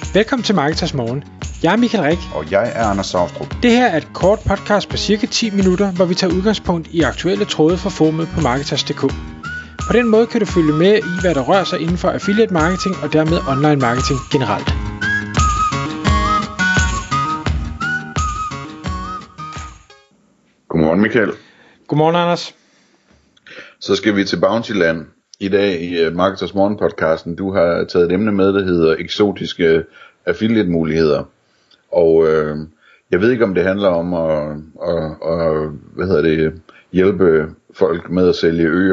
Velkommen til Marketers Morgen. Jeg er Michael Rik. Og jeg er Anders Saustrup. Det her er et kort podcast på cirka 10 minutter, hvor vi tager udgangspunkt i aktuelle tråde fra forumet på Marketers.dk. På den måde kan du følge med i, hvad der rører sig inden for affiliate marketing og dermed online marketing generelt. Godmorgen Michael. Godmorgen Anders. Så skal vi til Bountyland i dag i Marketers Morgen podcasten. Du har taget et emne med, der hedder eksotiske affiliate muligheder. Og jeg ved ikke, om det handler om at hjælpe folk med at sælge øer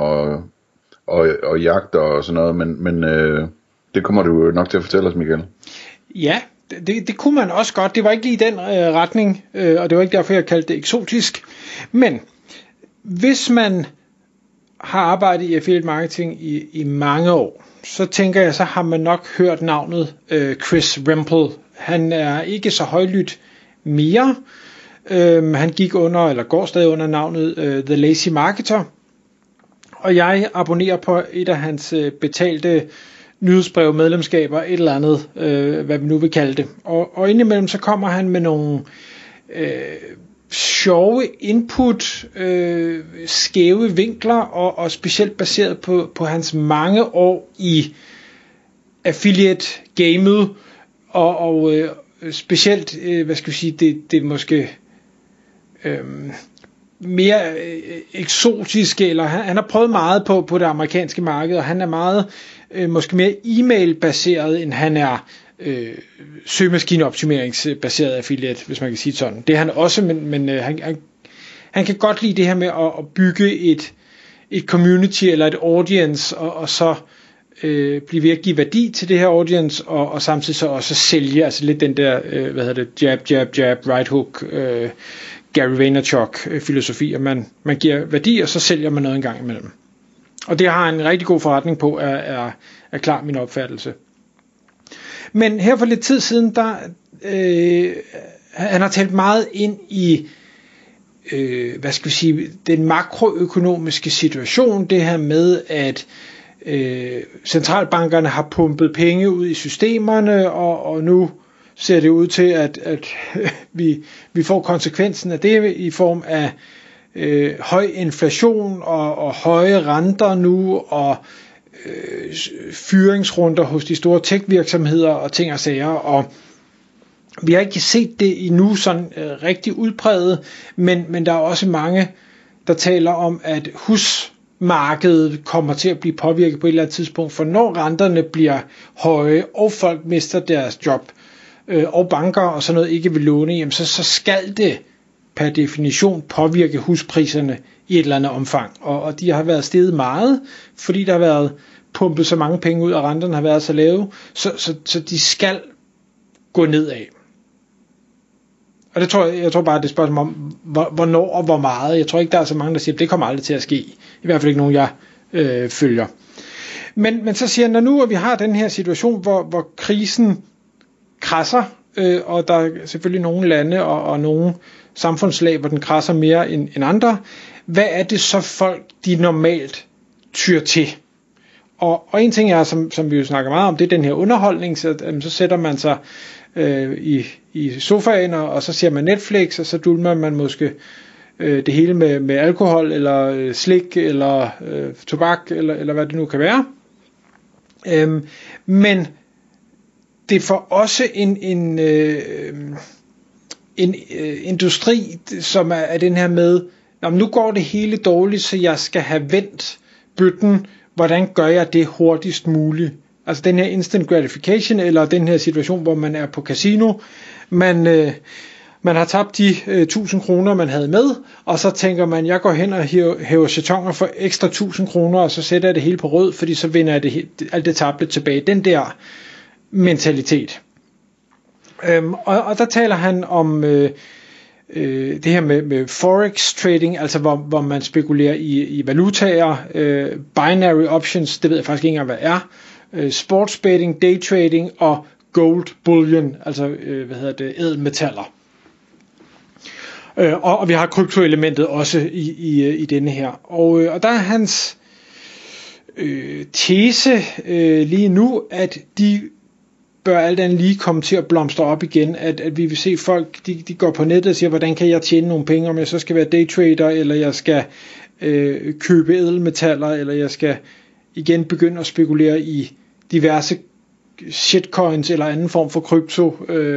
og jagter og sådan noget, men det kommer du nok til at fortælle os, Michael. Ja, det kunne man også godt. Det var ikke lige den retning, og det var ikke derfor, jeg kaldte det eksotisk. Men hvis man har arbejdet i affiliate marketing i mange år, så tænker jeg, så har man nok hørt navnet Chris Remple. Han er ikke så højlydt mere. Han gik under, eller går stadig under navnet The Lazy Marketer. Og jeg abonnerer på et af hans betalte nyhedsbrev, medlemskaber, et eller andet, hvad vi nu vil kalde det. Og indimellem så kommer han med nogle sjove input, skæve vinkler, og specielt baseret på hans mange år i affiliate-gamet, og specielt, hvad skal vi sige, det er måske mere eksotiske, eller han har prøvet meget på det amerikanske marked, og han er meget måske mere e-mail-baseret, end han er søgemaskineoptimeringsbaseret affiliate, hvis man kan sige sådan. Det er han også, men han kan godt lide det her med at bygge et community eller et audience, og så blive ved at give værdi til det her audience, og samtidig så også sælge, altså lidt den der, jab, right hook, Gary Vaynerchuk filosofi, at man giver værdi, og så sælger man noget en gang imellem. Og det har en rigtig god forretning på, er klar min opfattelse. Men her for lidt tid siden, han har talt meget ind i, hvad skal vi sige, den makroøkonomiske situation, det her med, at centralbankerne har pumpet penge ud i systemerne, og nu ser det ud til, at vi får konsekvensen af det i form af høj inflation og høje renter nu, og fyringsrunder hos de store tech-virksomheder og ting og sager, og vi har ikke set det endnu sådan rigtig udpræget, men der er også mange, der taler om, at husmarkedet kommer til at blive påvirket på et eller andet tidspunkt, for når renterne bliver høje, og folk mister deres job, og banker og sådan noget ikke vil låne, jamen så skal det per definition påvirke huspriserne i et eller andet omfang. Og de har været steget meget, fordi der har været pumpet så mange penge ud, og renterne har været så lave, så de skal gå nedad. Og jeg tror bare, det er et spørgsmål om, hvornår og hvor meget. Jeg tror ikke, der er så mange, der siger, at det kommer aldrig til at ske. I hvert fald ikke nogen, jeg følger. Men så siger jeg, når nu vi har den her situation, hvor krisen krasser, og der er selvfølgelig nogle lande og nogle samfundslag, hvor den krasser mere end andre, hvad er det så folk, de normalt tyr til? Og en ting er, som vi jo snakker meget om, det er den her underholdning, så sætter man sig i sofaen, og så ser man Netflix, og så dulmer man måske det hele med alkohol, eller slik, eller tobak, eller hvad det nu kan være. Men det får også en industri, som er den her med, nu går det hele dårligt, så jeg skal have vendt bøtten. Hvordan gør jeg det hurtigst muligt? Altså den her instant gratification, eller den her situation, hvor man er på casino. Man har tabt de 1000 kroner, man havde med, og så tænker man, jeg går hen og hæver chatonger for ekstra 1000 kroner, og så sætter jeg det hele på rød, fordi så vinder jeg alt det tabte tilbage. Den der mentalitet. Og der taler han om det her med forex trading, altså hvor man spekulerer i valutaer, binary options, det ved jeg faktisk ikke engang, hvad er, sports betting, day trading og gold bullion, altså ædelmetaller. Og vi har kryptoelementet også i denne her. Og der er hans tese lige nu, at de bør alt andet lige komme til at blomstre op igen, at vi vil se folk, de går på nettet og siger, hvordan kan jeg tjene nogle penge, om jeg så skal være daytrader, eller jeg skal købe ædelmetaller, eller jeg skal igen begynde at spekulere i diverse shitcoins eller anden form for krypto.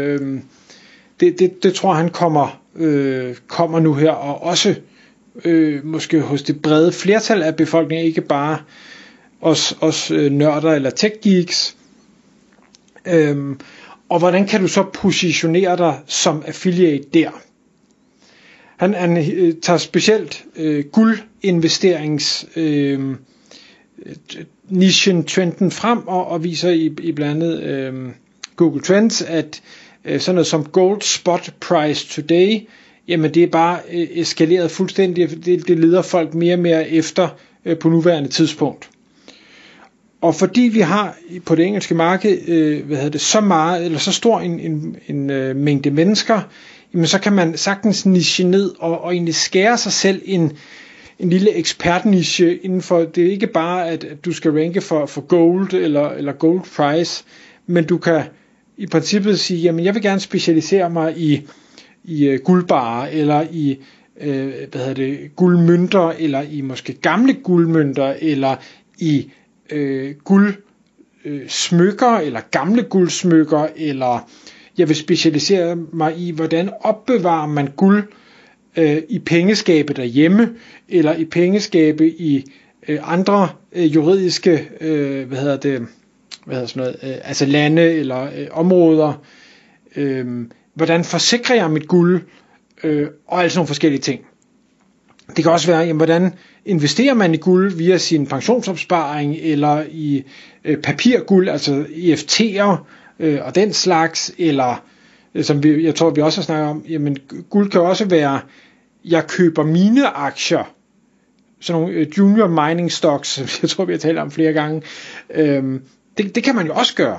Det tror han kommer nu her, og også måske hos det brede flertal af befolkningen, ikke bare os nørder eller tech geeks. Og hvordan kan du så positionere dig som affiliate der? Han tager specielt guldinvesterings nichen trenden frem og viser i blandt andet Google Trends, at sådan noget som gold spot price today, jamen det er bare eskaleret fuldstændig. Det leder folk mere og mere efter på nuværende tidspunkt. Og fordi vi har på det engelske marked så meget eller så stor en mængde mennesker, jamen så kan man sagtens niche ned og egentlig skære sig selv en lille ekspertniche indenfor. Det er ikke bare at du skal ranke for gold eller gold price, men du kan i princippet sige, jamen jeg vil gerne specialisere mig i guldbarer eller i guldmønter, eller i måske gamle guldmønter, eller i guldsmykker eller gamle guldsmykker, eller jeg vil specialisere mig i, hvordan opbevarer man guld i pengeskabe derhjemme, eller i pengeskabe i andre juridiske altså lande eller områder. Hvordan forsikrer jeg mit guld, og altså nogle forskellige ting. Det kan også være, jamen, hvordan investerer man i guld via sin pensionsopsparing, eller i papirguld, altså EFT'er og den slags, eller som jeg tror vi også har snakket om, jamen guld kan også være, jeg køber mine aktier, sådan nogle junior mining stocks, som jeg tror vi har talt om flere gange. Det kan man jo også gøre.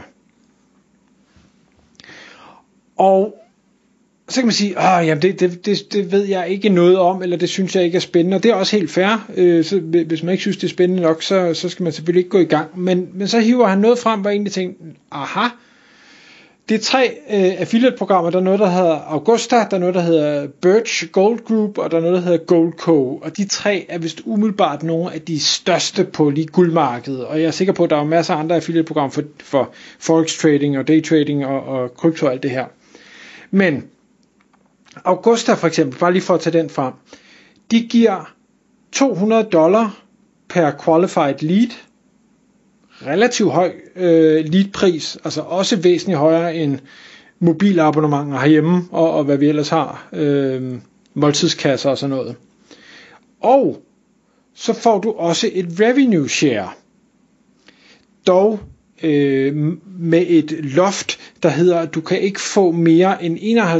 Og så kan man sige, jamen det ved jeg ikke noget om, eller det synes jeg ikke er spændende, og det er også helt fair. Så hvis man ikke synes, det er spændende nok, så skal man selvfølgelig ikke gå i gang. Men så hiver han noget frem, hvor jeg egentlig tænkte, aha, det er 3 affiliate-programmer. Der er noget, der hedder Augusta, der er noget, der hedder Birch Gold Group, og der er noget, der hedder Goldco. Og de 3 er vist umiddelbart nogle af de største på lige guldmarkedet. Og jeg er sikker på, at der er masser af andre affiliate-programmer for forex trading og day trading og krypto og alt det her. Men Augusta for eksempel, bare lige for at tage den frem, de giver $200 per qualified lead. Relativt høj leadpris, altså også væsentligt højere end mobilabonnementer herhjemme, og hvad vi ellers har, måltidskasser og sådan noget. Og så får du også et revenue share, dog med et loft, der hedder, at du kan ikke få mere end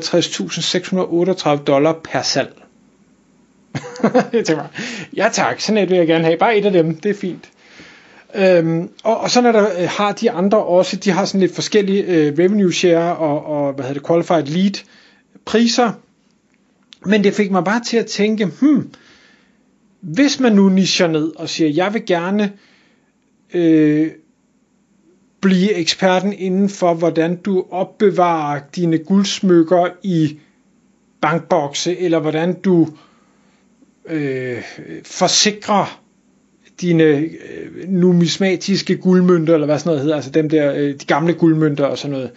$51.638 per salg. Jeg tænker, ja tak, sådan et vil jeg gerne have, bare et af dem, det er fint. Og så når der har de andre også, de har sådan lidt forskellige revenue share og qualified lead priser, men det fik mig bare til at tænke, hvis man nu nicher ned og siger, jeg vil gerne blive eksperten inden for, hvordan du opbevarer dine guldsmykker i bankbokse, eller hvordan du forsikrer dine numismatiske guldmønter, eller hvad sådan noget hedder, altså dem der, de gamle guldmønter og sådan noget.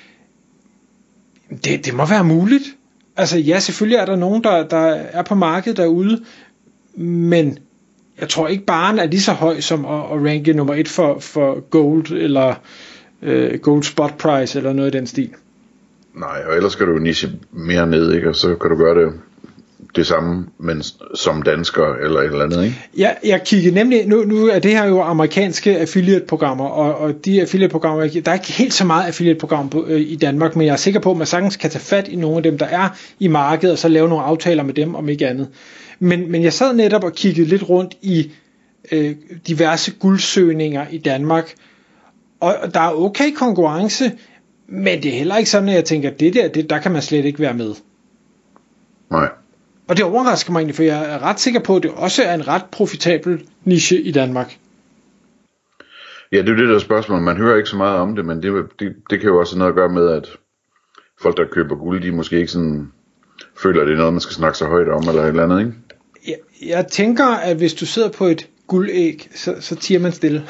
Det må være muligt. Altså ja, selvfølgelig er der nogen, der er på markedet derude, men jeg tror ikke barren er lige så høj som at ranke nummer 1 for gold, eller gold spot price, eller noget i den stil. Nej, og ellers skal du niche mere ned, ikke? Og så kan du gøre det samme, men som dansker eller et eller andet, ikke? Ja, jeg kiggede nemlig, nu er det her jo amerikanske affiliate-programmer, og de affiliate-programmer, der er ikke helt så meget affiliate-program i Danmark, men jeg er sikker på, at man sagtens kan tage fat i nogle af dem, der er i markedet, og så lave nogle aftaler med dem, om ikke andet. Men jeg sad netop og kiggede lidt rundt i diverse guldsøgninger i Danmark, og der er okay konkurrence, men det er heller ikke sådan, at jeg tænker, at der kan man slet ikke være med. Nej. Og det overrasker mig egentlig, for jeg er ret sikker på, at det også er en ret profitabel niche i Danmark. Ja, det er jo det der spørgsmål. Man hører ikke så meget om det, men det kan jo også have noget at gøre med, at folk, der køber guld, de måske ikke sådan føler, at det er noget, man skal snakke så højt om, eller et eller andet, ikke? Jeg tænker, at hvis du sidder på et guldæg, så tiger man stille.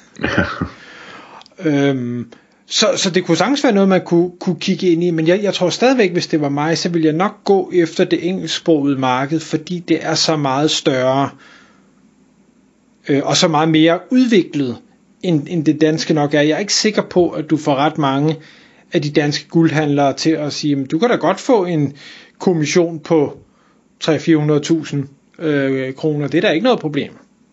Så det kunne sagtens være noget, man kunne kigge ind i, men jeg tror stadigvæk, hvis det var mig, så ville jeg nok gå efter det engelsksprogede marked, fordi det er så meget større, og så meget mere udviklet, end det danske nok er. Jeg er ikke sikker på, at du får ret mange af de danske guldhandlere til at sige, at du kan da godt få en kommission på 300-400.000 kroner. Det er da ikke noget problem.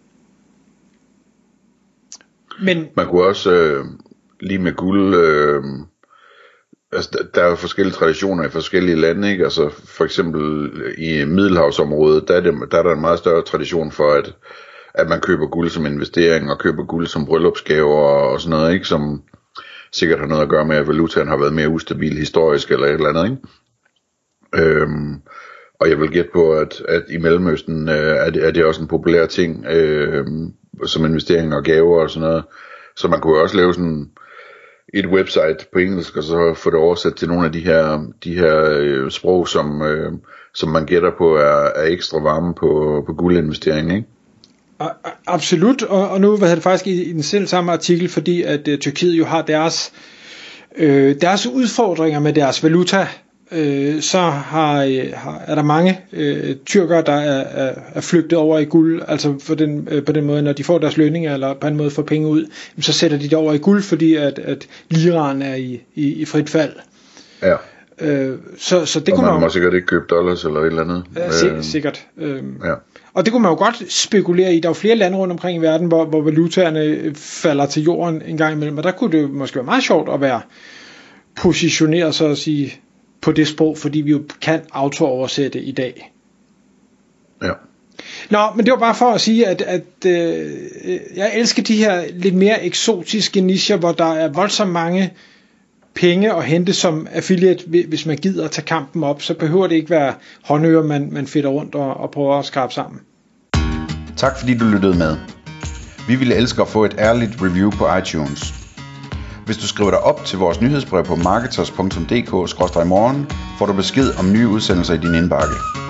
Men man kunne også lige med guld, altså der er jo forskellige traditioner i forskellige lande, ikke? Altså for eksempel i Middelhavsområdet, der er der en meget større tradition for, at man køber guld som investering, og køber guld som bryllupsgaver og sådan noget, ikke? Som sikkert har noget at gøre med, at valutaen har været mere ustabil historisk, eller et eller andet, ikke? Og jeg vil gætte på, at i Mellemøsten er det også en populær ting, som investering og gaver og sådan noget. Så man kunne også lave sådan et website på engelsk, og så få det oversat til nogle af de her sprog, som man gætter på er ekstra varme på guldinvestering, ikke? Absolut, og nu var det faktisk i den selv samme artikel, fordi at Tyrkiet jo har deres udfordringer med deres valuta. Så er der mange tyrkere, der er flygtet over i guld, altså på den måde, når de får deres lønninger, eller på en måde får penge ud, så sætter de det over i guld, fordi at liraen er i frit fald. Ja. Så det og kunne man må sikkert ikke købe dollars eller et eller andet. Sikkert. Ja. Og det kunne man jo godt spekulere i. Der er jo flere lande rundt omkring i verden, hvor valutaerne falder til jorden en gang imellem, og der kunne det måske være meget sjovt at være positioneret, så at sige, på det sprog, fordi vi jo kan auto-oversætte i dag. Ja. Nå, men det var bare for at sige, at jeg elsker de her lidt mere eksotiske nicher, hvor der er voldsomt mange penge at hente som affiliate, hvis man gider at tage kampen op, så behøver det ikke være håndører, man fedter rundt og prøver at skrabe sammen. Tak fordi du lyttede med. Vi ville elske at få et ærligt review på iTunes. Hvis du skriver dig op til vores nyhedsbrev på marketers.dk/morgen, får du besked om nye udsendelser i din indbakke.